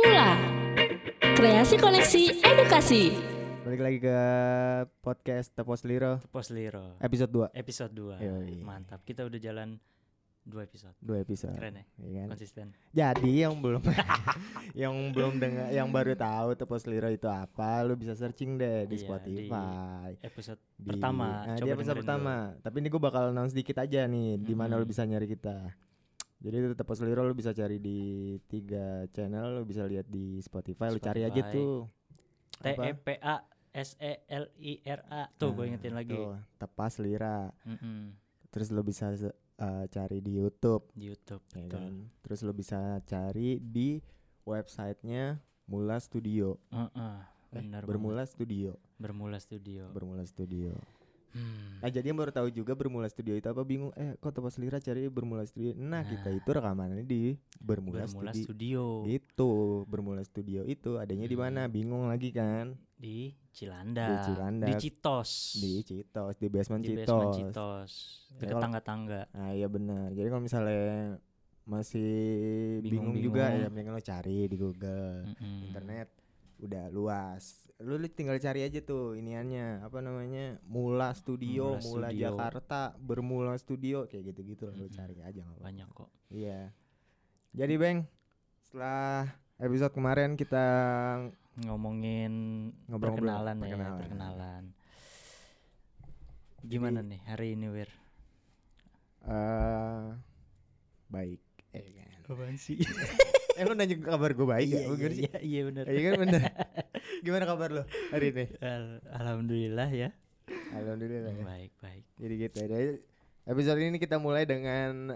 Mula, kreasi koneksi edukasi. Balik lagi ke podcast Tepos Liro Pos Liro episode 2. episode 2. Yoi. Mantap, kita udah jalan 2 episode. 2 episode. Keren ya? Iya kan? Konsisten. Jadi yang belum yang belum dengar, yang baru tahu Tepos Liro itu apa, lu bisa searching deh di Iya, Spotify. Episode Di- pertama. Nah, Coba di episode dengerin pertama. Tapi ini gue bakal announce dikit aja nih di mana lu bisa nyari kita. Jadi itu Tepos Liro lu bisa cari di 3 channel, lu bisa lihat di Spotify, lu cari aja Spotify. tuh. TEPASELIRA. Tuh gue ingetin lagi. Tuh, Tepas Lira. Mm-mm. Terus lu bisa cari di YouTube. Di YouTube. Ya Betul. kan? Terus lo bisa cari di websitenya Mula Studio. Benar. Bermula Studio. Bermula Studio. Bermula Studio. Hmm. Nah jadi yang baru tahu juga Bermula Studio itu apa, bingung. Kok Tepas Lira cari Bermula Studio. Nah kita itu rekamannya di Bermula Bermula Studio. Studio Itu Bermula Studio itu adanya di mana? Bingung lagi kan? di Cilandak. Di Cilandak. Di Citos. Di Citos, di basement Di Citos. basement Citos. Ya, Dekat kalau- tangga-tangga. Ah iya benar. Jadi kalau misalnya masih bingung Bingung-bingung. juga ya mendingan lo cari di Google. Mm-mm. Internet udah luas. Lu tinggal cari aja tuh iniannya, apa namanya? Mula Studio, Mula Mula Studio. Jakarta, Bermula Studio kayak gitu-gitu lah, lu Mm-mm. cari aja nggak apa-apa. Banyak kok. Iya. Jadi Bang, setelah episode kemarin kita Ngomongin Ngobrol-ngobrol, perkenalan ya, perkenalan. perkenalan. Gimana nih hari ini, Wir? baik, kan. Apaan sih? Lu nanya kabar gue baik ya? Bener sih? Iya benar. Iya kan bener. Gimana kabar lu hari ini? Alhamdulillah ya. Alhamdulillah ya. Baik, baik. Jadi gitu ya. Jadi episode ini kita mulai dengan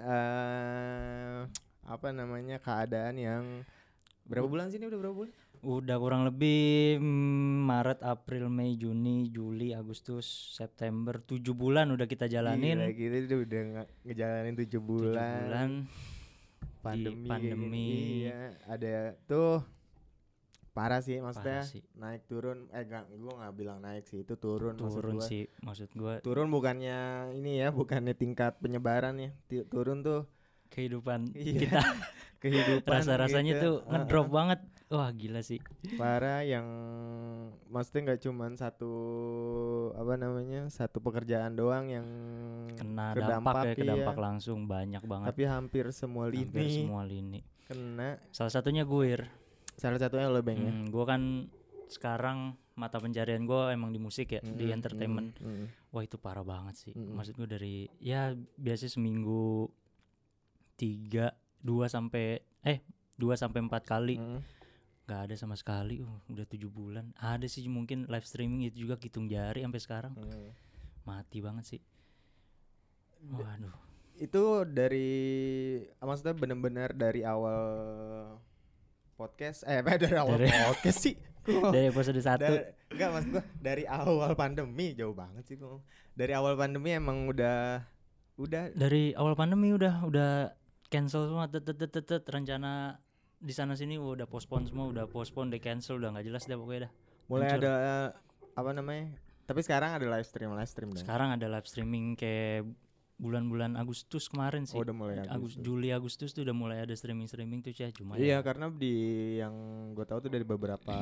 apa namanya, keadaan yang berapa bulan sih ini, udah berapa bulan? Udah kurang lebih Maret, April, Mei, Juni, Juli, Agustus, September, 7 bulan udah kita jalanin. Gila, kita udah ngejalanin 7 7 bulan. bulan Pandemi, di pandemi. Iya, ada tuh parah sih maksudnya. Parah sih. Naik turun, gua nggak bilang naik sih, itu turun. maksud Turun gua. sih maksud gua. Turun bukannya ini ya, bukannya tingkat penyebaran ya. Turun tuh Kehidupan Iya. kita kehidupan. rasa-rasanya gitu. tuh ngedrop banget. Wah gila sih. Parah, yang maksudnya nggak cuman satu, apa namanya, satu pekerjaan doang yang Kena kedampak, dampak ya, iya. kedampak langsung banyak banget. Tapi hampir semua lini Hampir semua lini. kena. Salah satunya gue. Salah satunya lo Bang ya. Gue kan sekarang mata pencarian gue emang di musik ya, di entertainment. Wah itu parah banget sih. Maksud gue dari ya biasanya seminggu 2 sampai 4 kali nggak ada sama sekali. Udah 7 bulan. Ada sih mungkin live streaming itu juga hitung jari sampai sekarang. Mati banget sih. Waduh. Itu dari, maksudnya benar-benar dari awal podcast dari awal podcast sih. Dari episode 1. Enggak, maksud gua dari awal pandemi, jauh banget sih gua. Dari awal pandemi emang udah Dari awal pandemi udah cancel semua, rencana di sana sini udah postpone semua, udah postpone, cancel, udah nggak jelas deh pokoknya dah. mulai Hancur. ada apa namanya? Tapi sekarang ada live stream dong. Sekarang ada live streaming kayak bulan-bulan Agustus kemarin sih. Oh, udah mulai Agustus. Juli Agustus tuh udah mulai ada streaming tuh ya, cuma Iya, ya karena di yang gue tahu tuh dari beberapa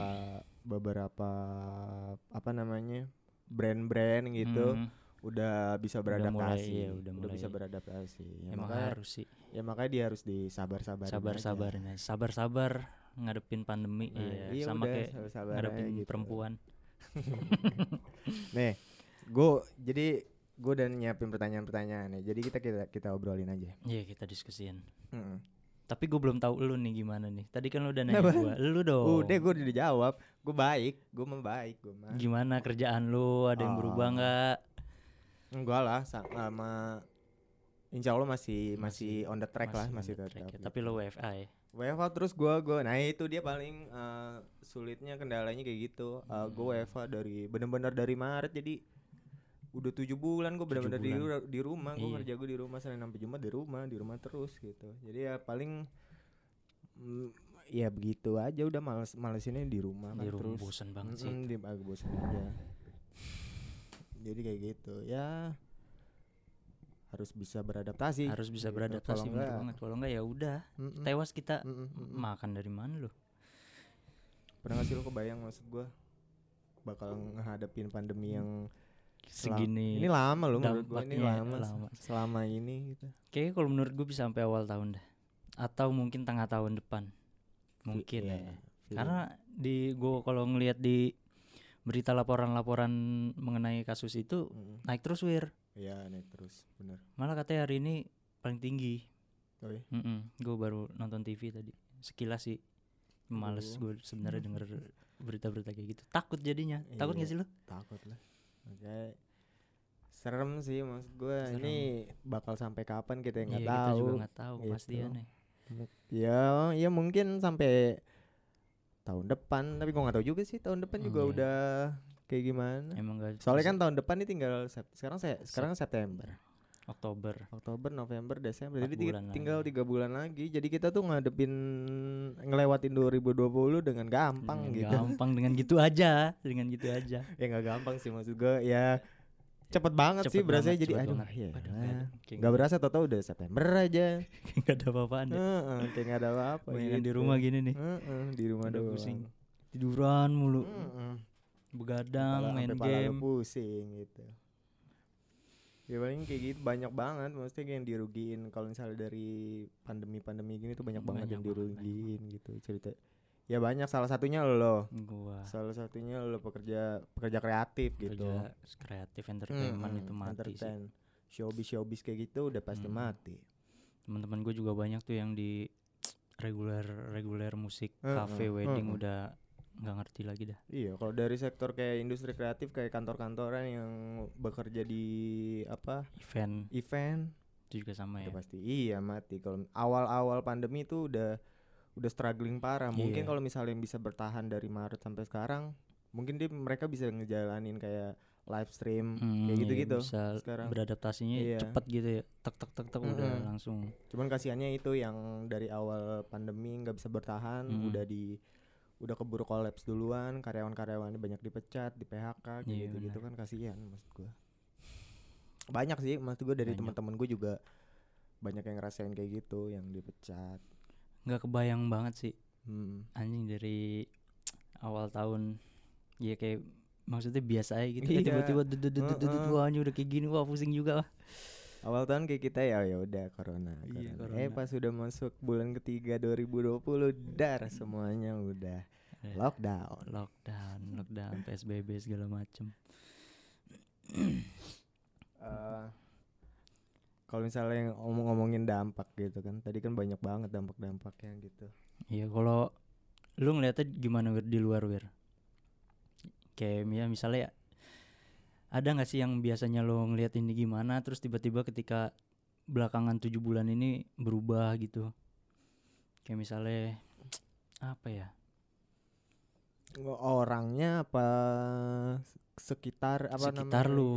apa namanya, brand-brand gitu udah bisa beradaptasi. udah mulai. bisa beradaptasi. Ya, emang makanya, harus sih dia harus disabar-sabarin. sabar ngadepin pandemi Iya, sama udah, kayak sabar-sabar ngadepin aja gitu. perempuan. Nih, gue udah nyiapin pertanyaan-pertanyaan nih. Jadi kita obrolin aja. Iya kita diskusiin. Mm-mm. Tapi gue belum tahu lu nih gimana nih. Tadi kan lu udah nanya Kenapa? gue, lu dong. Udah, gue udah dijawab. Gue baik, gue mah. Gimana kerjaan lu? Ada yang berubah nggak? Enggak lah, sama insya Allah masih on the track lah, masih on the track tetap. ya. Tapi lu WFA ya? WFA terus gue nah itu dia paling sulitnya, kendalanya kayak gitu. Gue WFA dari bener-bener dari Maret, jadi udah 7 bulan gue bener-bener di rumah. Gue Iya. kerja gue di rumah, Senin sampai Jumat di rumah terus gitu. Jadi ya paling ya begitu aja, udah males ini di rumah kan, Di rumah terus bosan banget sih. agak bosan aja. Jadi kayak gitu ya, harus bisa beradaptasi. Harus bisa Gitu. beradaptasi, Kalau bener enggak, banget. Kalau enggak ya udah tewas kita. Makan dari mana lu? Pernah gak sih lo kebayang maksud gue bakal ngehadapin pandemi yang Segini ini lama loh menurut gue, ini dampaknya lama selama ini gitu. Kayaknya kalau menurut gue bisa sampai awal tahun dah, atau mungkin tengah tahun depan mungkin Iya, ya. Karena di gue kalau ngelihat di berita laporan-laporan mengenai kasus itu naik terus Wir. Iya naik terus bener. Malah katanya hari ini paling tinggi. Oh iya? Gue baru nonton TV tadi sekilas sih. Males gue sebenarnya denger berita-berita kayak gitu. Takut jadinya. Takut gak sih lu? Takut lah. Oke. Serem sih maksud gue. Ini bakal sampai kapan kita nggak tahu. Kita juga nggak tahu gitu. pastiannya. Ya mungkin sampai tahun depan. Tapi gue nggak tahu juga sih tahun depan juga udah kayak gimana. Emang gak Soalnya kan tahun depan ini tinggal sekarang September. Oktober, November, Desember. Jadi tinggal 3 bulan lagi. Jadi kita tuh ngelewatin 2020 dengan gampang gitu. Gampang dengan gitu aja. Ya nggak gampang sih maksud gue. Ya cepet banget sih berasa jadi aduh ya. Nggak berasa tau udah September aja. Gak ada apa-apaan deh. Kayak nggak ada apa-apa. Gitu. Di rumah gini nih. Di rumah udah doang. Pusing. Tiduran mulu. Begadang, main game. Pusing gitu. Ya paling kayak gitu banyak banget maksudnya yang dirugiin kalau misalnya dari pandemi gini tuh banyak banget yang dirugiin gitu cerita. Ya banyak, salah satunya lo. Salah satunya lo pekerja kreatif gitu. Kreatif entertainment itu mati sih. Showbiz kayak gitu udah pasti mati. Teman-teman gue juga banyak tuh yang di reguler musik, cafe, wedding udah nggak ngerti lagi dah. Iya, kalau dari sektor kayak industri kreatif kayak kantor-kantoran yang bekerja di event itu juga sama ya. Pasti mati. Kalau awal-awal pandemi itu udah struggling parah. Mungkin kalau misalnya bisa bertahan dari Maret sampai sekarang, mungkin mereka bisa ngejalanin kayak live stream kayak gitu-gitu. Bisa sekarang beradaptasinya cepat gitu ya. Tek udah langsung. Cuman kasihannya itu yang dari awal pandemi nggak bisa bertahan, udah keburu kolaps duluan, karyawan-karyawannya banyak dipecat, di PHK gitu kan kasihan maksud gue. Banyak sih maksud gue dari teman-teman gue juga banyak yang ngerasain kayak gitu yang dipecat. Nggak kebayang banget sih. Anjing dari awal tahun ya kayak maksudnya biasa aja gitu kan tiba-tiba udah kayak gini, wah pusing juga. Awal tahun kayak kita ya udah corona. Pas sudah masuk bulan ketiga 2020 dar semuanya udah lockdown, PSBB segala macem. Kalau misalnya ngomongin dampak gitu kan, tadi kan banyak banget dampak-dampaknya gitu. Iya, kalau lu ngeliatnya gimana di luar Wir? Kayak misalnya ada nggak sih yang biasanya lo ngeliat ini gimana, terus tiba-tiba ketika belakangan 7 bulan ini berubah gitu? Kayak misalnya apa ya? Orangnya apa sekitar lu.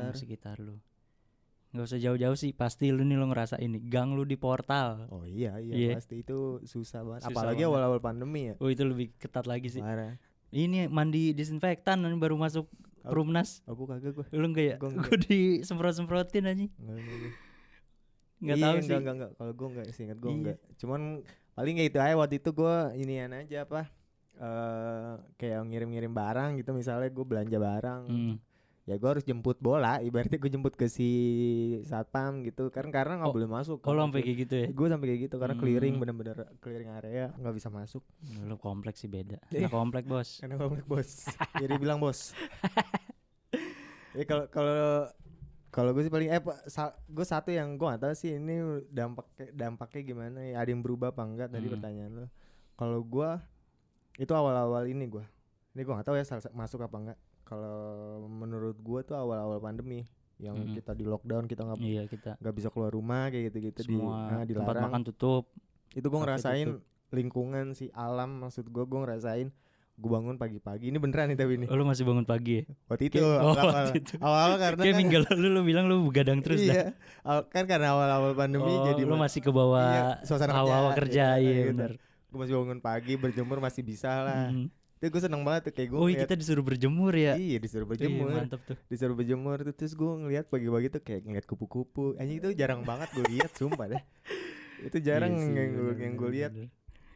Nggak usah jauh-jauh sih, pasti lu nih lo ngerasain nih gang lu di portal. Oh iya pasti itu susah banget. Apalagi awal-awal pandemi ya. Oh itu lebih ketat lagi sih. Parah. Ini mandi disinfektan baru masuk Perumnas. Aku kagak gue. Lu enggak ya? Gue disemprot-semprotin aja. Enggak tahu sih. Enggak. Kalau gue enggak sih, ingat gue enggak. Cuman paling kayak itu aja waktu itu gue inian aja kayak ngirim-ngirim barang gitu, misalnya gue belanja barang. Ya gue harus jemput bola, ibaratnya gue jemput ke si satpam gitu karena nggak boleh masuk. Kalau sampai kayak gitu ya? Gue sampai kayak gitu karena clearing, bener-bener clearing area, nggak bisa masuk. Lu kompleks sih beda. Karena komplek bos. Jadi bilang bos. Ya kalau gue sih paling gue satu yang gue nggak tahu sih ini dampaknya gimana ya, ada yang berubah apa enggak tadi pertanyaan lo. Kalau gue itu awal-awal ini gue nggak tahu ya masuk apa enggak. Kalau menurut gue tuh awal-awal pandemi yang kita di lockdown, kita nggak bisa keluar rumah kayak gitu-gitu, semua dilarang, tempat makan tutup. Itu gue ngerasain lingkungan si alam, maksud gue ngerasain. Gue bangun pagi-pagi, ini beneran nih tapi ini. Lu masih bangun pagi ya? Waktu itu awal karena kayak minggal lu bilang lu begadang terus dah. Kan karena awal-awal pandemi jadi lu masih ke bawah suasana hawa kerja iya benar. Gue masih bangun pagi, berjemur masih bisa lah. Itu gue seneng banget tuh, kayak gue kita disuruh berjemur ya. Iya disuruh berjemur. Mantap tuh. Disuruh berjemur tuh, terus gue ngeliat pagi-pagi tuh kayak ngeliat kupu-kupu. Anjing itu jarang banget gue lihat, sumpah deh. Itu jarang yang gue lihat.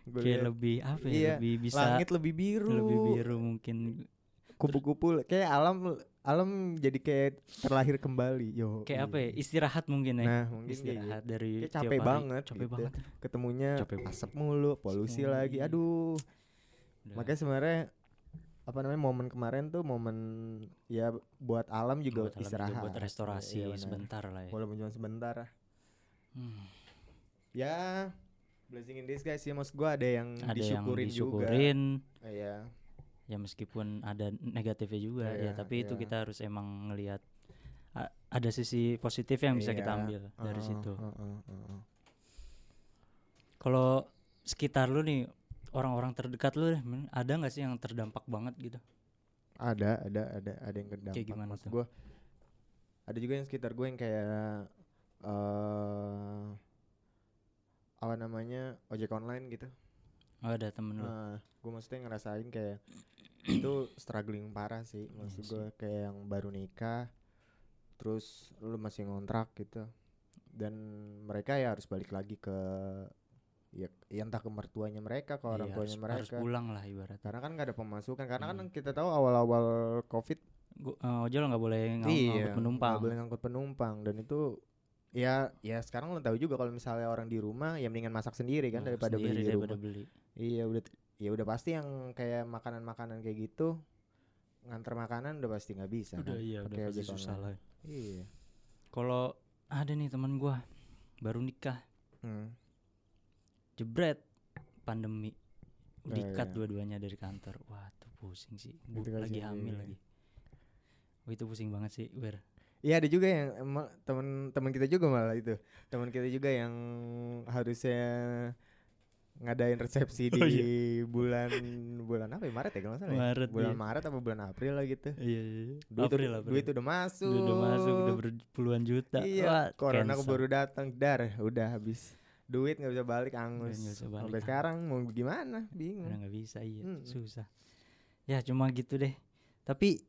Gua Kayak liat. lebih apa ya? Iya, Lebih bisa langit lebih biru. lebih biru mungkin. Kupu-kupu kayak alam jadi kayak terlahir kembali. Yo. Kayak apa ya? Istirahat mungkin ya. Nah, mungkin Istirahat kayak dari kayak tiap capek hari. banget Capek gitu. banget. Ketemunya Capek banget. asap mulu, polusi mulu, lagi. iya. Aduh. Udah. Makanya sebenarnya apa namanya momen kemarin tuh momen ya buat alam juga Buat alam juga, istirahat. buat restorasi Iya, benar. sebentar lah ya. Walaupun cuma sebentar lah. Hmm. Ya blessing in disguise sih, maksud gua ada yang Ada disyukurin yang juga. disyukurin. Iya. Ya meskipun ada negatifnya juga ya, Iya, tapi itu iya. kita harus emang ngelihat ada sisi positif yang bisa kita Iya. ambil dari situ. Heeh. Kalau sekitar lu nih, orang-orang terdekat lu deh, ada nggak sih yang terdampak banget gitu? Ada yang kedampak. Kayak gimana Maksud tuh? gua ada juga yang sekitar gue yang kayak apa namanya ojek online gitu. Oh, ada temen lu. Gue maksudnya ngerasain kayak itu struggling parah sih. Maksud Iya gue kayak yang baru nikah, terus lu masih ngontrak gitu, dan mereka ya harus balik lagi ke ya entah ke mertuanya mereka, ke orang Iya, tuanya harus mereka. pulang lah ibaratnya. Karena kan gak ada pemasukan. Karena kan kita tahu awal-awal COVID Ojol nggak boleh ngangkut penumpang. nggak boleh ngangkut penumpang, dan itu ya sekarang lo tahu juga kalau misalnya orang di rumah ya mendingan masak sendiri kan Masak daripada sendiri beli di daripada rumah. beli. Iya udah pasti yang kayak makanan kayak gitu, nganter makanan udah pasti nggak bisa Udah kan. iya, udah Pakai pasti ojek susah online. lah. Iya. Kalau ada nih teman gua baru nikah, jebret pandemi, dikat iya. dua-duanya dari kantor. Wah tuh pusing sih, Itu lagi kasihan, hamil iya. lagi. Wah itu pusing banget sih, Wer. Iya ada juga yang teman kita juga malah itu. Teman kita juga yang harusnya ngadain resepsi di Oh, iya. bulan apa ya, Maret ya kalau nggak salah ya? Maret, bulan iya. Maret apa bulan April lah gitu. Iya. Duit April. udah masuk. Udah masuk, udah berpuluhan juta. Iya, Wah, corona cancel. baru datang, udah habis. Duit nggak bisa balik, angus. Nggak bisa balik, Sampai sekarang mau gimana? Bingung. Karena nggak bisa, iya, Mm-mm. susah. Ya cuma gitu deh. Tapi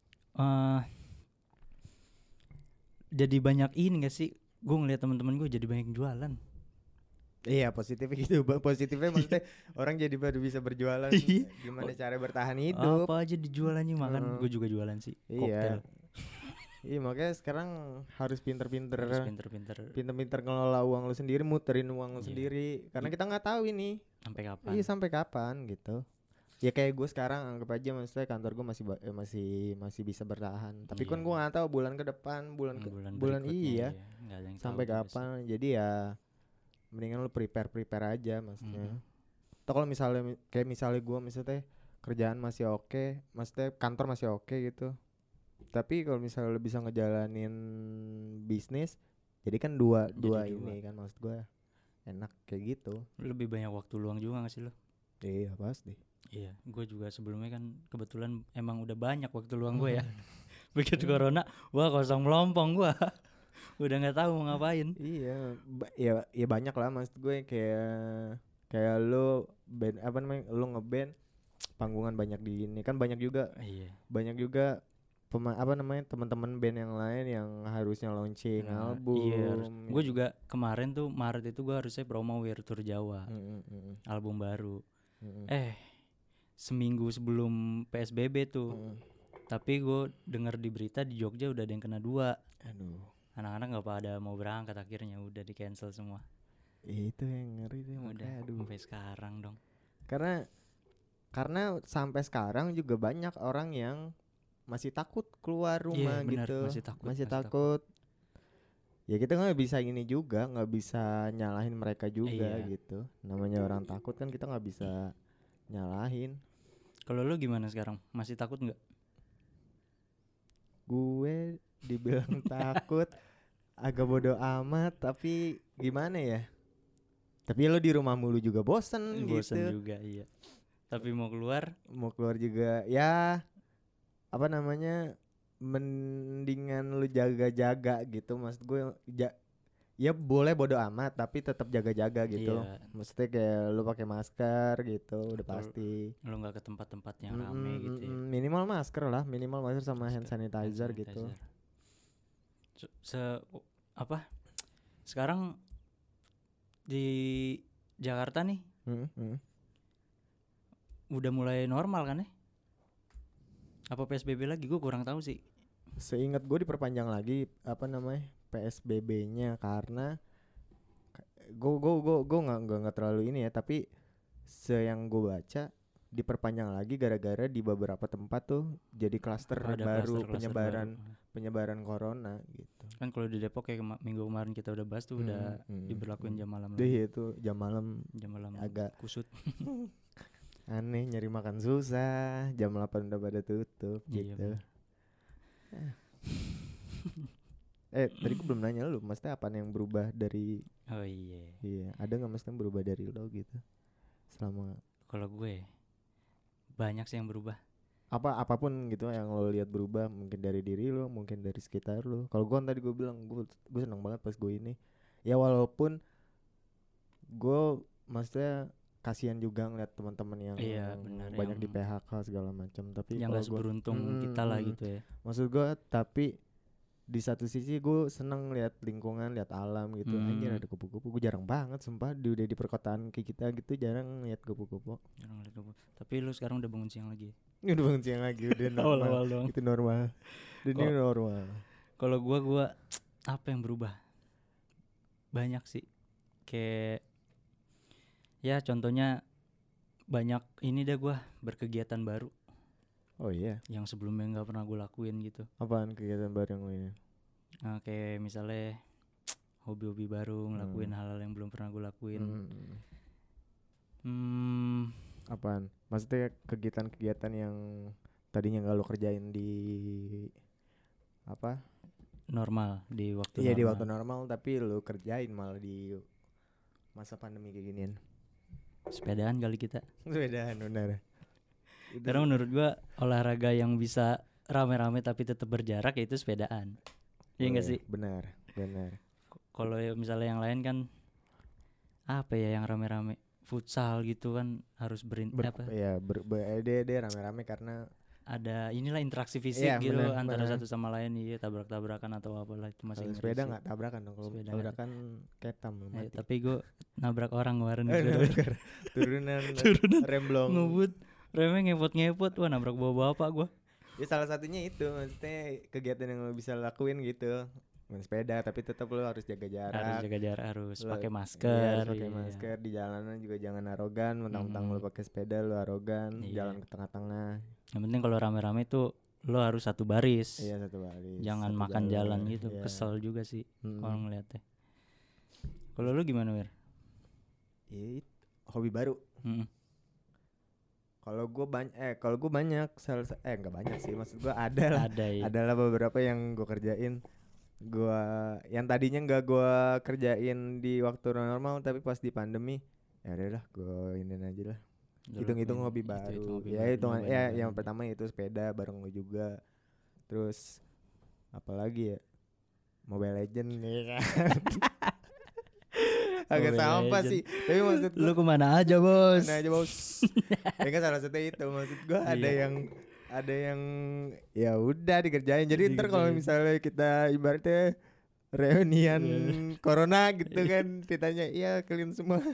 jadi banyak ini gak sih? Gue ngeliat teman-teman gue jadi banyak jualan. Iya positifnya gitu. Positifnya maksudnya orang jadi baru bisa berjualan. Gimana cara bertahan hidup? Apa aja dijualannya makan. Gue juga jualan sih. Koktail. Iya makanya sekarang harus pinter-pinter ngelola uang lu sendiri, muterin uang lu sendiri. Karena kita nggak tahu ini sampai kapan. Iya sampai kapan gitu. Ya kayak gue sekarang anggap aja maksudnya kantor gue masih bisa bertahan. Tapi kan gue nggak tahu bulan ke depan, bulan iya. Nggak ada yang sampai tahu kapan. Jadi ya mendingan lu prepare aja maksudnya. Atau kalau misalnya kayak misalnya gue misalnya kerjaan masih oke, maksudnya kantor masih oke gitu. Tapi kalau misalnya lu bisa ngejalanin bisnis, jadi kan dua ini kan maksud gue enak kayak gitu. Lebih banyak waktu luang juga gak sih lo? Iya pasti. Iya, gue juga sebelumnya kan kebetulan emang udah banyak waktu luang gue ya. Begitu corona, wah kosong melompong gue. Udah nggak tahu mau ngapain. Iya, ya banyak lah maksud gue kayak lu band apa namanya, lu ngeband panggungan banyak di ini kan banyak juga. Iya. Banyak juga teman-teman band yang lain yang harusnya launching album. Iya, gue juga kemarin tuh Maret itu gue harusnya promo Weir Tour Jawa, album baru. Seminggu sebelum PSBB tuh. Tapi gue denger di berita di Jogja udah ada yang kena 2. Aduh. Anak-anak nggak pada mau berangkat, akhirnya udah di cancel semua. Itu yang ngeri tuh. Udah aduh. sampai sekarang dong. Karena sampai sekarang juga banyak orang yang masih takut keluar rumah bener, gitu. masih takut. Ya kita nggak bisa ini juga, nggak bisa nyalahin mereka juga gitu. Namanya orang takut kan kita nggak bisa nyalahin. Kalau lu gimana sekarang? Masih takut nggak? Gue dibilang takut, agak bodoh amat. Tapi gimana ya? Tapi lo di rumah mulu juga bosen gitu. Bosen juga iya. Tapi mau keluar juga ya apa namanya, mendingan lu jaga-jaga gitu. Maksud gue ya boleh bodo amat tapi tetap jaga-jaga gitu. Iya. Maksudnya kayak lu pakai masker gitu udah pasti. Lu nggak ke tempat-tempat yang rame gitu ya. Minimal masker sama hand sanitizer gitu. Sekarang di Jakarta nih Udah mulai normal kan ya? Apa PSBB lagi? Gue kurang tahu sih. Seingat gue diperpanjang lagi apa namanya PSBB-nya karena gue nggak terlalu ini ya, tapi yang gue baca diperpanjang lagi gara-gara di beberapa tempat tuh jadi klaster baru, penyebaran corona gitu. Kan kalau di Depok kayak minggu kemarin kita udah bahas tuh udah diberlakuin jam malam Deh lagi. itu jam malam agak kusut. aneh, nyari makan susah, jam 8 udah pada tutup gitu. Tadi gue belum nanya lu, maksudnya apa yang berubah dari Iya, ada nggak maksudnya berubah dari lo gitu selama? Kalau gue banyak sih yang berubah. Apapun gitu yang lo lihat berubah, mungkin dari diri lo, mungkin dari sekitar lo. Kalau gue tadi gue bilang gue senang banget pas gue ini. Ya walaupun gue maksudnya kasihan juga ngeliat teman-teman yang banyak di PHK segala macam, tapi yang gak seberuntung kita lah gitu ya. Maksud gue, tapi di satu sisi gue seneng lihat lingkungan, lihat alam gitu. Anjir ada kupu-kupu, gue jarang banget sumpah udah di perkotaan kayak kita gitu jarang lihat kupu-kupu. Tapi lu sekarang udah bangun siang lagi? Udah bangun siang lagi, udah normal. Itu normal. Ini normal. Kalau gue apa yang berubah? Banyak sih. Kayak ya contohnya banyak ini deh, gue berkegiatan baru. Oh iya. Yang sebelumnya nggak pernah gue lakuin gitu. Apaan kegiatan baru yang lainnya? Nah, kayak misalnya hobi-hobi baru, ngelakuin hal-hal yang belum pernah gue lakuin. Apaan? Maksudnya kegiatan-kegiatan yang tadinya nggak lo kerjain di apa? Normal di waktu normal. Iya, di waktu normal, tapi lo kerjain malah di masa pandemi kayak ginian. Sepedaan kali kita. Sepedaan benar. Karena menurut gua olahraga yang bisa rame-rame tapi tetap berjarak yaitu sepedaan. Iya enggak sih? Benar. Kalau misalnya yang lain kan apa ya yang rame-rame? Futsal gitu kan harus dia rame-rame karena ada inilah interaksi fisik gitu antara satu sama lain, tabrak-tabrakan atau apalah itu masih. Kalau sepeda nggak tabrakan dong, kalau tabrakan ketam mati. Tapi gue nabrak orang kemarin turunan remblong ngebut remnya ngepot wah nabrak bawa bapak gue. Ya salah satunya itu maksudnya kegiatan yang lo bisa lakuin gitu, main sepeda tapi tetap lo harus jaga jarak, harus pakai masker. Pakai masker di jalanan juga jangan arogan, mentang-mentang lo pakai sepeda lo arogan, jalan ke tengah-tengah. Yang penting kalau rame-rame tuh lo harus satu baris. Iya, satu baris. Jangan satu makan jalan gitu. Iya. Kesel juga sih kalau ngeliatnya. Kalau lu gimana, Wir? Hobi baru. Kalau gue banyak, nggak banyak sih, maksud gue adalah beberapa yang gue kerjain. Yang tadinya nggak gue kerjain di waktu normal, tapi pas di pandemi, ya udahlah gue iniin aja lah. Hitung-hitung hobi baru. Yang pertama itu sepeda bareng lo juga. Terus apalagi ya? Mobile Legend nih kan. Agak sampah sih. Tapi maksud lu kemana aja bos? Ya kan salah satu itu maksud gue ada yang ya udah dikerjain. Jadi ntar kalau misalnya kita ibaratnya reunian corona gitu kan, ditanya iya kalian semua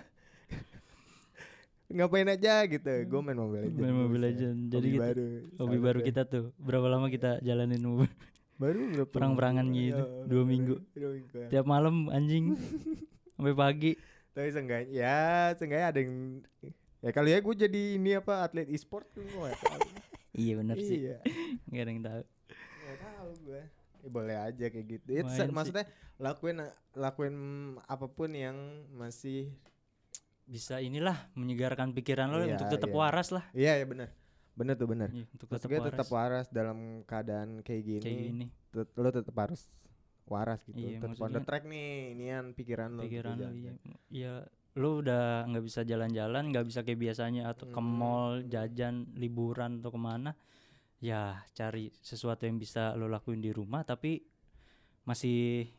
ngapain aja gitu. Gue main Mobile Legend. Jadi hobi baru kita tuh. Berapa lama kita jalanin baru perang-perangan gitu? 2 minggu. Tiap malam anjing sampai pagi. Tapi seenggaknya ada yang ya kali ya gue jadi ini apa atlet e-sport tuh gue. Iya benar sih. Gak ada yang tahu. Gak tahu gue. Boleh aja kayak gitu. Maksudnya lakuin apapun yang masih bisa inilah menyegarkan pikiran lo untuk tetap waras lah. Iya benar. Benar tuh benar. Iya, tetap waras dalam keadaan kayak gini. Lo tetap harus waras gitu. Tetap on the track nih, inian pikiran lo. Iya. Lo udah nggak bisa jalan-jalan, nggak bisa kayak biasanya atau ke mall, jajan, liburan atau kemana. Ya cari sesuatu yang bisa lo lakuin di rumah tapi masih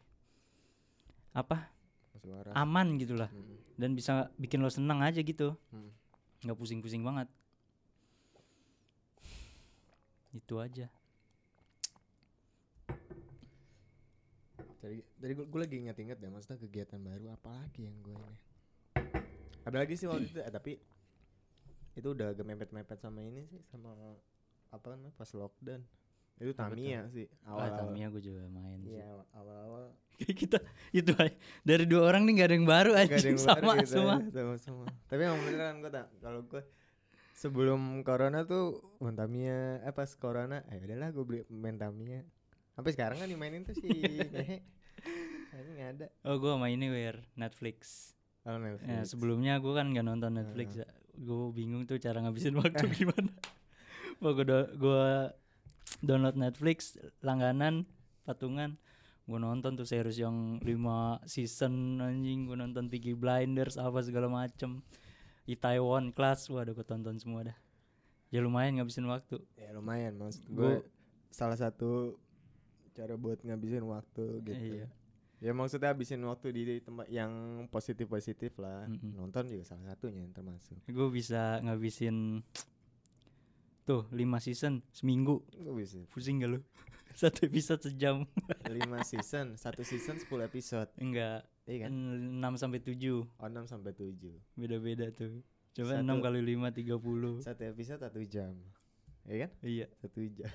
aman gitulah. Dan bisa bikin lo senang aja gitu. Nggak pusing-pusing banget. Itu aja. Jadi gue lagi ingat-ingat deh, maksudnya kegiatan baru apa lagi yang gue ini. Ada lagi sih waktu itu tapi itu udah agak mepet-mepet sama ini sih, sama apa namanya pas lockdown. Itu Apa Tamiya sih awal Tamiya gue juga main sih. Iya, awal-awal Kayak kita itu aja. Dari 2 orang nih gak ada yang baru nggak ada anjing, yang sama baru gitu, semua. sama. Tapi emang beneran gue kalau gue sebelum corona tuh main Tamiya, pas corona udahlah gue beli main Tamiya. Sampai sekarang kan dimainin tuh si Ngehe. Ini nggak ada. Oh gue main ini Netflix. Oh, Netflix. Ya, sebelumnya gue kan gak nonton Netflix ya. Gue bingung tuh cara ngabisin waktu gimana. Gue download Netflix langganan patungan, gue nonton tuh series yang 5 season anjing. Gue nonton Peaky Blinders apa segala macem, Itaewon Class, waduh gue tonton semua dah. Ya lumayan ngabisin waktu. Ya lumayan, maksud gue salah satu cara buat ngabisin waktu gitu. Iya. Ya maksudnya habisin waktu di tempat yang positif lah. Nonton juga salah satunya yang termasuk. Gue bisa ngabisin tuh 5 season seminggu. Gue bisa. Pusing gak lu? 1 episode sejam. 5 season, 1 season 10 episode. Enggak. Iya kan? 6 sampai 7. Oh, 6 sampai 7. Beda-beda tuh. Coba 6 Satu- kali 5 30. 1 episode 1 jam. Iya kan? Iya. 1 jam.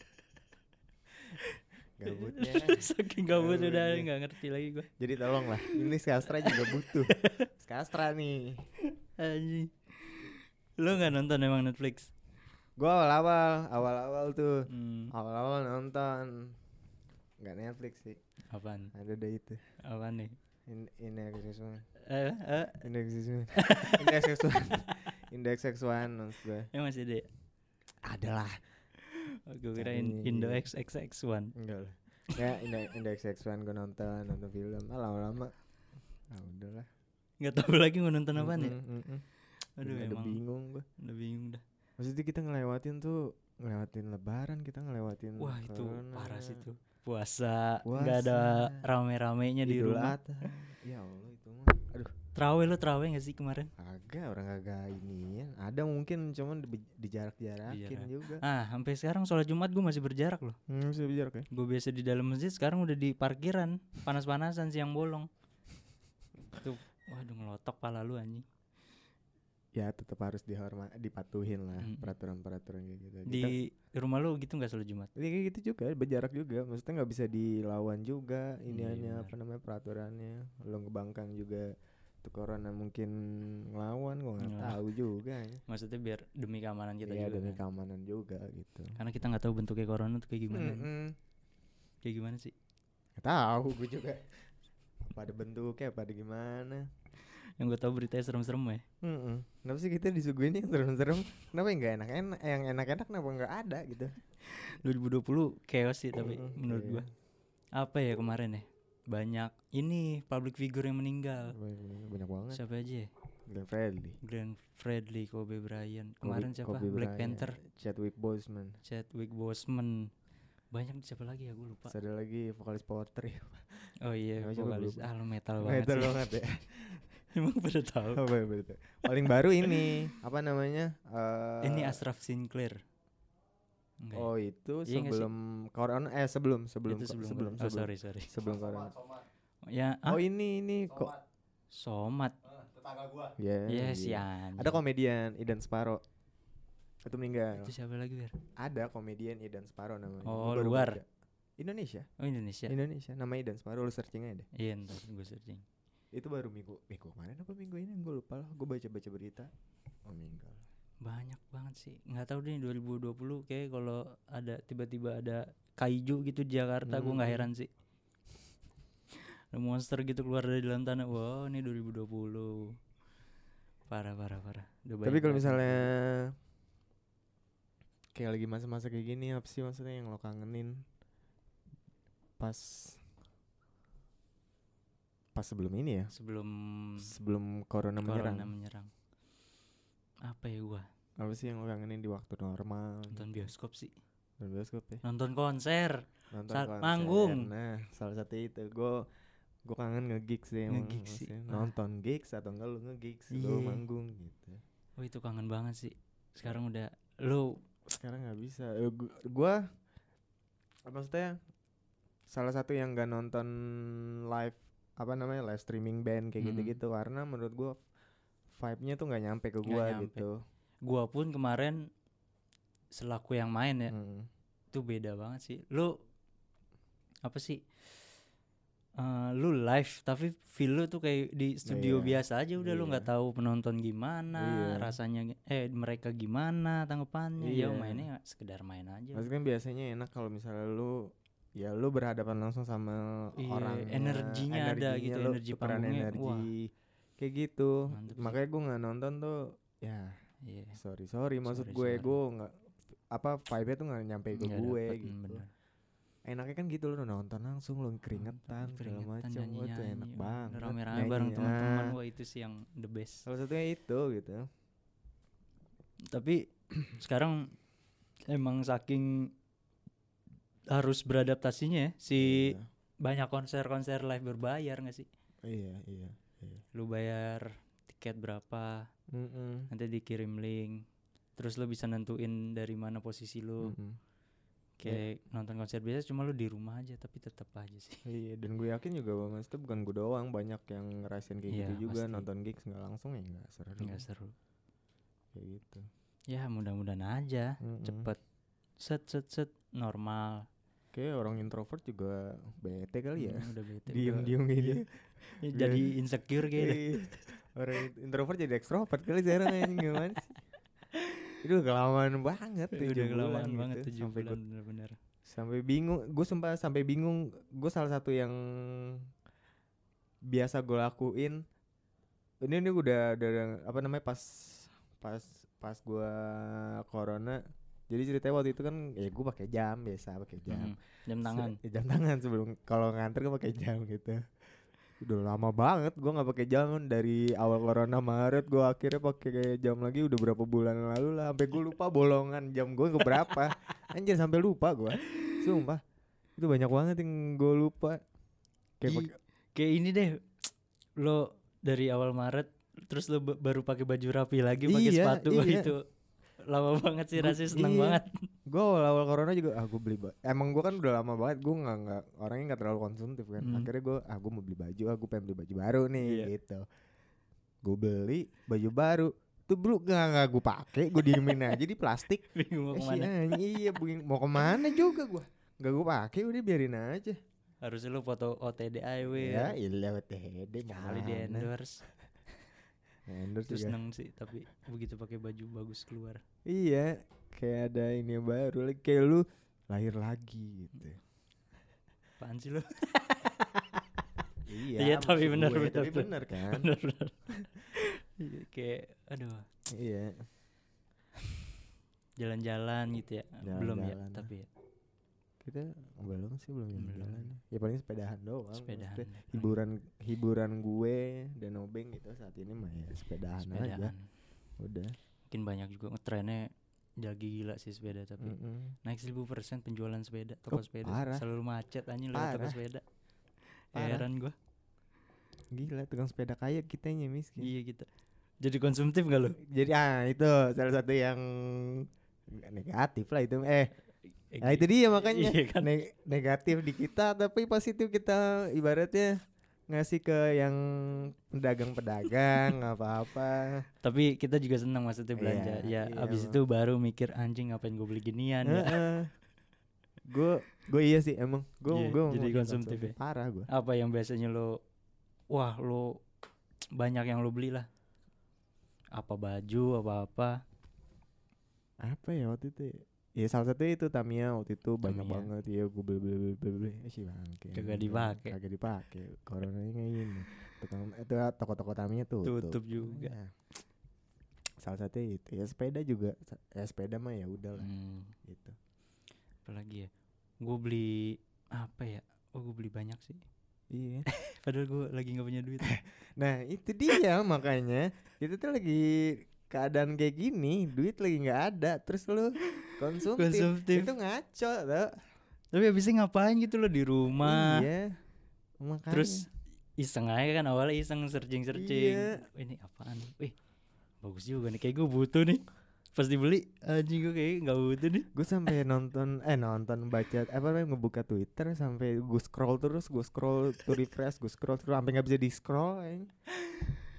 Gabutnya. Saking gabut udah Gabutnya. nggak ngerti lagi gue. Jadi tolonglah. Ini Skastra juga butuh. Skastra nih. Anjing. Lo nggak nonton emang Netflix? Gue awal-awal tuh. Hmm. Awal-awal nonton. Nggak Netflix sih. Apaan? Ada deh itu. Apaan nih? Index X1. Eh, Index X1. Index X1. Index X1 maksud gue. masih ada. Ada lah. Gue kira Cari. Indo XXX1. Enggak lah. Ya Index X1 gue nonton film. Lama-lama. Udahlah. Nggak tahu lagi mau nonton apa nih. Aduh Udah emang. bingung gue. Udah bingung dah. Maksudnya kita ngelewatin lebaran, kita ngelewatin Wah itu corona. parah sih tuh. Puasa. Puasa. Nggak ada rame-ramenya di Idul rumah. Adha. Ya Allah itu mah. Aduh, Terawih lo terawih nggak sih kemarin? orang kagak ini ya. Ada mungkin cuman dijarak-jarakin Dijarak. juga. Sampai sekarang sholat Jumat gue masih berjarak loh. Bisa berjarak ya. Gue biasa di dalam masjid, sekarang udah di parkiran, panas-panasan siang bolong. Tuh, waduh ngelotok pala lu anjing. Ya tetap harus dipatuhin lah peraturan-peraturan kayak gitu. Di rumah lu gitu nggak sholat Jumat? Kayak gitu juga, berjarak juga. Maksudnya nggak bisa dilawan juga iniannya Iya, apa namanya peraturannya. Lo ngebangkang juga tuh corona mungkin ngelawan, gua nggak tahu juga. Maksudnya biar demi keamanan kita Iya, juga. demi kan? keamanan juga gitu. Karena kita nggak tahu bentuknya corona tuh kayak gimana. Kayak gimana sih? Nggak tahu gue juga. Apa ada bentuknya, apa ada gimana. Yang gue tahu beritanya serem-serem ya. Kenapa sih kita disuguhin yang serem-serem? Kenapa yang nggak enak-enak? Yang enak-enak kenapa nggak ada gitu? 2020 chaos sih tapi menurut iya. gua. Apa ya kemarin ya? Banyak ini public figure yang meninggal. Banyak banget. Siapa aja ya? Glenn Fredly. Glenn Fredly, Kobe Bryant. Kemarin siapa? Kobe Black Bryant, Panther, Chadwick Boseman. Chadwick Boseman. Banyak siapa lagi ya gue lupa. Terus ada lagi vokalis Potri. Oh iya, Namanya siapa vokalis. gua lupa. Lu metal banget Metal sih. banget ya. Emang pada tahu. Oh, betul. Paling baru ini apa namanya? Ini Ashraf Sinclair. Enggak. Oh itu Iya nggak sih? sebelum corona sebelum Itu sebelum. Oh sorry. sebelum corona. Ya, Oh ini kok. Somat. Ya. Iya iya. si anjing. Ada komedian Idan Sparo. Itu meninggal. Itu siapa lagi, Bir? Ada komedian Idan Sparo namanya. Oh, Gua baru luar. baca. Indonesia. Oh Indonesia. Indonesia. Nama Idan Sparo, lu searching aja deh. Iya ntar gue searching. Itu baru minggu kemarin apa minggu ini gue lupa lah. Gue baca berita. Oh meninggal. Banyak banget sih. Nggak tahu deh 2020 kayak kalau ada tiba-tiba ada kaiju gitu di Jakarta gue nggak heran sih. Ada monster gitu keluar dari dalam tanah. Wow, ini 2020. Parah. Udah Tapi banyak kalau banget. misalnya kayak lagi masa-masa kayak gini, apa sih maksudnya yang lo kangenin pas sebelum ini ya, sebelum corona corona menyerang, menyerang. Apa ya gua? apa sih yang lo kangenin di waktu normal? Nonton bioskop sih. Nonton bioskop ya, Nonton konser. nonton Saat konser. manggung. Nah salah satu itu gue kangen nge-gigs sih emang, Nge-gigs sih. maksudnya. Ah. Nonton gigs atau enggak lo nge-gigs, lo Iya. manggung gitu. Oh itu kangen banget sih. Sekarang udah lu Sekarang nggak bisa. Gue maksudnya salah satu yang nggak nonton live apa namanya live streaming band kayak gitu-gitu karena menurut gue vibe-nya tuh nggak nyampe ke Nggak gua nyampe. gitu. Gua pun kemarin selaku yang main ya, Mm. itu beda banget sih. Lu apa sih? Lu live tapi feel lu tuh kayak di studio Iya, biasa aja udah, lu nggak iya. tahu penonton gimana, Iya. rasanya mereka gimana tanggapannya. Ya Iya. mainnya sekedar main aja. Maksudnya kan biasanya enak kalau misalnya lu berhadapan langsung sama Iya, orangnya, energinya ada gitu, lu energi tukeran panggungnya, energi. wah. Kayak gitu. Mantep sih. Makanya gue nggak nonton tuh. Ya, Iya. sorry maksud Sorry. gue nggak vibe-nya tuh nggak nyampe ke Nggak gue dapet, gitu. bener. Enaknya kan gitu, lu nonton langsung, lu keringetan segala macam, wah itu enak banget. Rame-rame bareng Nyanyi, teman-teman, wah itu sih yang the best. salah satunya itu gitu. Tapi sekarang emang saking harus beradaptasinya ya, si Iya. banyak konser-konser live berbayar nggak sih? Iya. Lu bayar tiket berapa, Mm-mm. nanti dikirim link, terus lu bisa nentuin dari mana posisi lu. Mm-mm. Kayak nonton konser biasa cuma lu di rumah aja, tapi tetap aja sih. Iya, dan gue yakin juga maksudnya bukan gue doang, banyak yang ngerasain kayak Iya, gitu juga. pasti. Nonton gigs nggak langsung ya nggak seru. Nggak seru. Kayak gitu. Ya mudah-mudahan aja Mm-mm. cepet set normal. Kayak orang introvert juga bete kali ya. Udah bete. Diem-diem gitu. Iya. Jadi insecure kayaknya. Iya. Orang introvert jadi ekstrovert kali sekarang anjing, gimana sih? Itu udah kelamaan banget, 7 Udah bulan kelamaan gitu. banget 7 Sampai bulan bener-bener. sampai bingung. Gue sampai bingung. Gue salah satu yang biasa gue lakuin. Ini udah apa namanya, pas gue corona. Jadi ceritanya waktu itu kan ya gue pakai jam biasa, pakai jam. Jam tangan. Jam tangan sebelum kalau nganter gue pakai jam gitu. Udah lama banget gue nggak pakai jam dari awal corona Maret, gue akhirnya pakai jam lagi udah berapa bulan lalu lah, sampai gue lupa bolongan jam gue keberapa. Anjir, sampai lupa gue, sumpah itu banyak banget yang gue lupa. Kayak ini deh, lo dari awal Maret terus lo baru pakai baju rapi lagi, pakai Iya, sepatu. Wah, iya. itu lama banget sih, rasanya seneng Iya. banget. Gue awal corona juga gue beli emang gue kan udah lama banget gue nggak orangnya nggak terlalu konsumtif kan. Akhirnya gue mau beli baju, gue pengen beli baju baru nih. Iya. Gitu. Gue beli baju baru tuh, bro, nggak gue pakai, gue diemin aja di plastik. Bingung mau kemana. Iya, mau kemana juga gue nggak gue pakai, udah biarin aja. Harusnya lo foto OTD AW Ya ilah, THD kali di endorse. Endorse Terus juga. seneng sih, tapi begitu pakai baju bagus keluar. Iya, kayak ada ini yang baru, kayak lu lahir lagi gitu. Apaan sih lo? Iya, tapi maksud benar, gue, benar, tapi benar. benar kan. Bener-bener. Kayak aduh, Iya. jalan-jalan gitu ya. Belum ya, Jalan-jalan. tapi ya. Kita belum sih, belum Belum. jalan. Ya paling sepedahan doang. Sepedahan. Maksudnya hiburan gue dan Obeng gitu saat ini mah ya sepedahan aja. Sepedaan. Udah. Mungkin banyak juga ngetrennya lagi gila sih sepeda, tapi naik 1000% penjualan sepeda, toko Oh, sepeda. parah. Selalu macet anjing lewat toko Parah. sepeda. Parah. Heran gua. Gila, tukang sepeda kaya kitanya miskin. Iya gitu. Jadi konsumtif gak lo? Jadi itu salah satu yang negatif lah itu. Nah itu dia makanya Iya kan? negatif di kita, tapi positif kita ibaratnya ngasih ke yang pedagang apa-apa. Tapi kita juga senang maksudnya belanja. Iya, Ya iya, abis emang. itu baru mikir anjing ngapain gue beli ginian ya. Gue iya sih emang gue Iya, gue jadi konsumtif ya? parah gue. Apa yang biasanya lo, wah lo banyak yang lo beli lah. Apa baju, apa-apa. Apa ya waktu itu ya, salah satu itu Tamiya waktu itu banyak Tamiya. banget ya, gue beli sih bangke. Kagak dipakai. Kagak dipakai. Coronanya kayak gini. Itu toko-toko Tamiya Tutup juga. Ya. Salah satu itu ya, sepeda juga. Ya sepeda mah ya udahlah gitu. Apalagi ya, gue beli apa ya? Oh gue beli banyak sih. Iya. Padahal gue lagi nggak punya duit. Nah itu dia makanya kita tuh lagi keadaan kayak gini, duit lagi nggak ada, terus lu konsumtif. Itu ngaco tuh. Tapi abisnya ngapain gitu lo di rumah? Iya. Makanya. Terus iseng aja kan, awalnya iseng searching. Iya. Ini apaan? Wih, bagus juga nih. Kayak gue butuh nih. Pas dibeli, anjing gue kayak nggak butuh nih. Gue sampai nonton baca apa namanya, ngebuka Twitter sampai gue scroll to refresh, gue scroll terus sampai nggak bisa di scroll.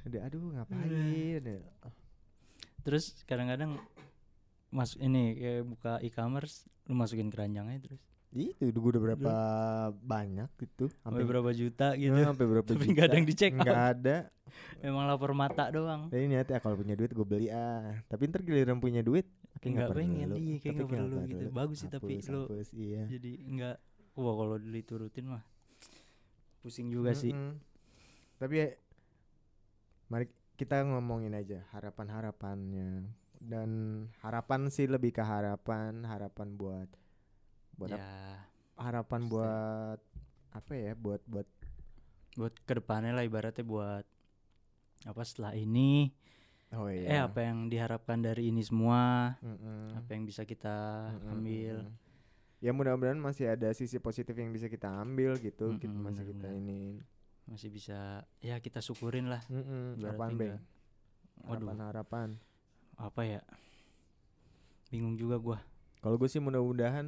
Aduh ngapain? Terus kadang-kadang ini kayak buka e-commerce, lu masukin keranjang aja terus. Itu gue udah berapa banyak gitu, Sampai berapa juta gitu. Sampai berapa Tapi juta. nggak ada yang dicek. Nggak ada. Memang lapar mata doang. Tapi niatnya kalau punya duit gue beli Tapi ntar giliran punya duit nggak pengen, iya kayak Tapi nggak perlu gitu. Bagus sih tapi lu iya. jadi nggak. Wah kalau diturutin mah pusing juga sih. Tapi mari kita ngomongin aja harapan-harapannya. Dan harapan sih lebih ke harapan buat ya, harapan buat apa ya, buat kedepannya lah, ibaratnya buat apa setelah ini. Oh iya. Apa yang diharapkan dari ini semua, apa yang bisa kita ambil. Ya mudah-mudahan masih ada sisi positif yang bisa kita ambil gitu. Masih kita ini masih bisa ya kita syukurin lah. Apaan Bang? Harapan apa ya, bingung juga gua. Kalau gue sih mudah-mudahan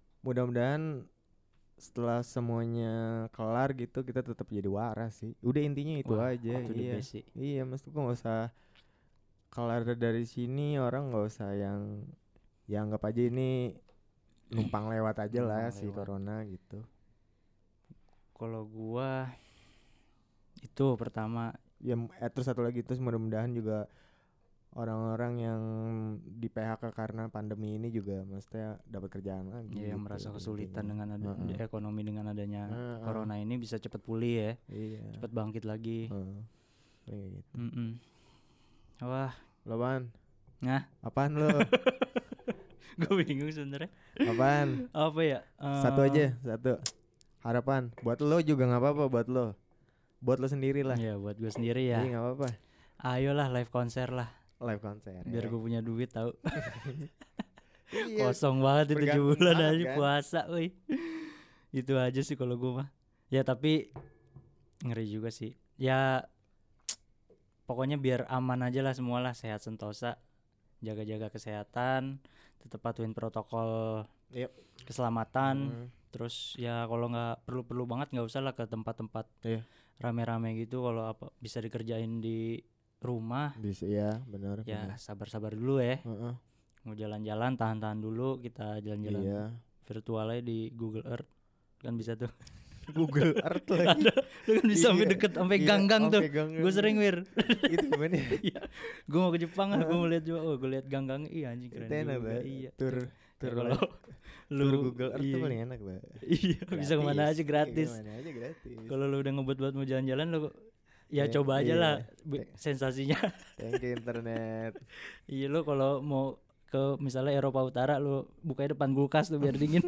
setelah semuanya kelar gitu kita tetap jadi waras sih. Udah intinya itu aja. Iya maksud gue nggak usah kelar dari sini, orang nggak usah yang ya anggap aja ini numpang lewat aja lah si corona gitu. Kalau gua itu pertama ya, terus satu lagi, terus mudah-mudahan juga orang-orang yang di PHK karena pandemi ini juga maksudnya dapat kerjaan lagi. Yang merasa kesulitan dengan ekonomi dengan adanya corona ini bisa cepat pulih ya. Cepat bangkit lagi. Gitu. Wah, lo apaan? Nah, apaan lo? Gue bingung sebenarnya. Apaan? Apa ya? Satu harapan buat lo juga nggak apa-apa, buat lo sendiri lah. Iya, buat gue sendiri ya. Iya nggak apa-apa. Ayolah live konser lah. Live konser. Biar gue punya duit tahu. Iya, kosong banget itu 7 bulan aja kan? puasa, woi. Itu aja sih kalau gue mah. Ya tapi ngeri juga sih. Ya pokoknya biar aman aja lah semualah, sehat sentosa, jaga-jaga kesehatan, tetap patuhin protokol keselamatan. Terus ya kalau nggak perlu banget nggak usah lah ke tempat-tempat rame-rame gitu. Kalau apa bisa dikerjain di rumah bisa ya, benar. Sabar-sabar dulu ya. Mau jalan-jalan tahan dulu, kita jalan-jalan virtualnya di Google Earth kan bisa tuh. Google Earth lagi. Lu kan bisa sampai deket sampai gang-gang tuh. Gue sering itu gimana ya? Gue mau ke Jepang gue mau lihat juga. Gue lihat gang-gang, iya anjing keren juga. Iya. Tur kalau lu Google Earth tuh paling enak banget. Iya, bisa kemana aja gratis. Kalau lu udah ngebut buat mau jalan-jalan lu ya coba aja lah sensasinya. Thank you internet. Iya, lu kalau mau ke misalnya Eropa Utara lu bukanya depan kulkas tuh biar dingin.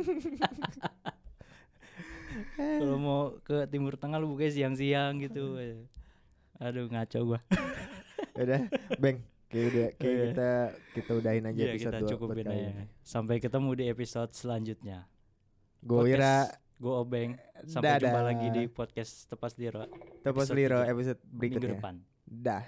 Kalau mau ke Timur Tengah lu bukanya siang-siang gitu. Aduh ngaco gua. Udah, Bang. Kayak kita udahin aja episode 2. Kita cukupin aja. Sampai ketemu di episode selanjutnya. Gue Wira, gue Obeng. Sampai jumpa lagi di podcast Tepas Liro. Tepas Liro episode berikutnya. Minggu depan. Dah.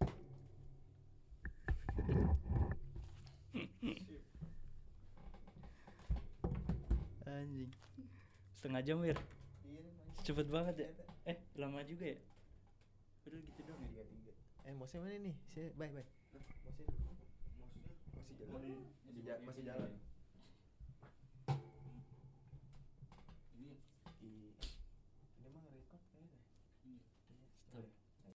Anjing. Setengah jam Wir. Cepet banget ya. Lama juga ya. Udah gitu dong ya. Maksudnya mana nih? Bye. Masih jalan.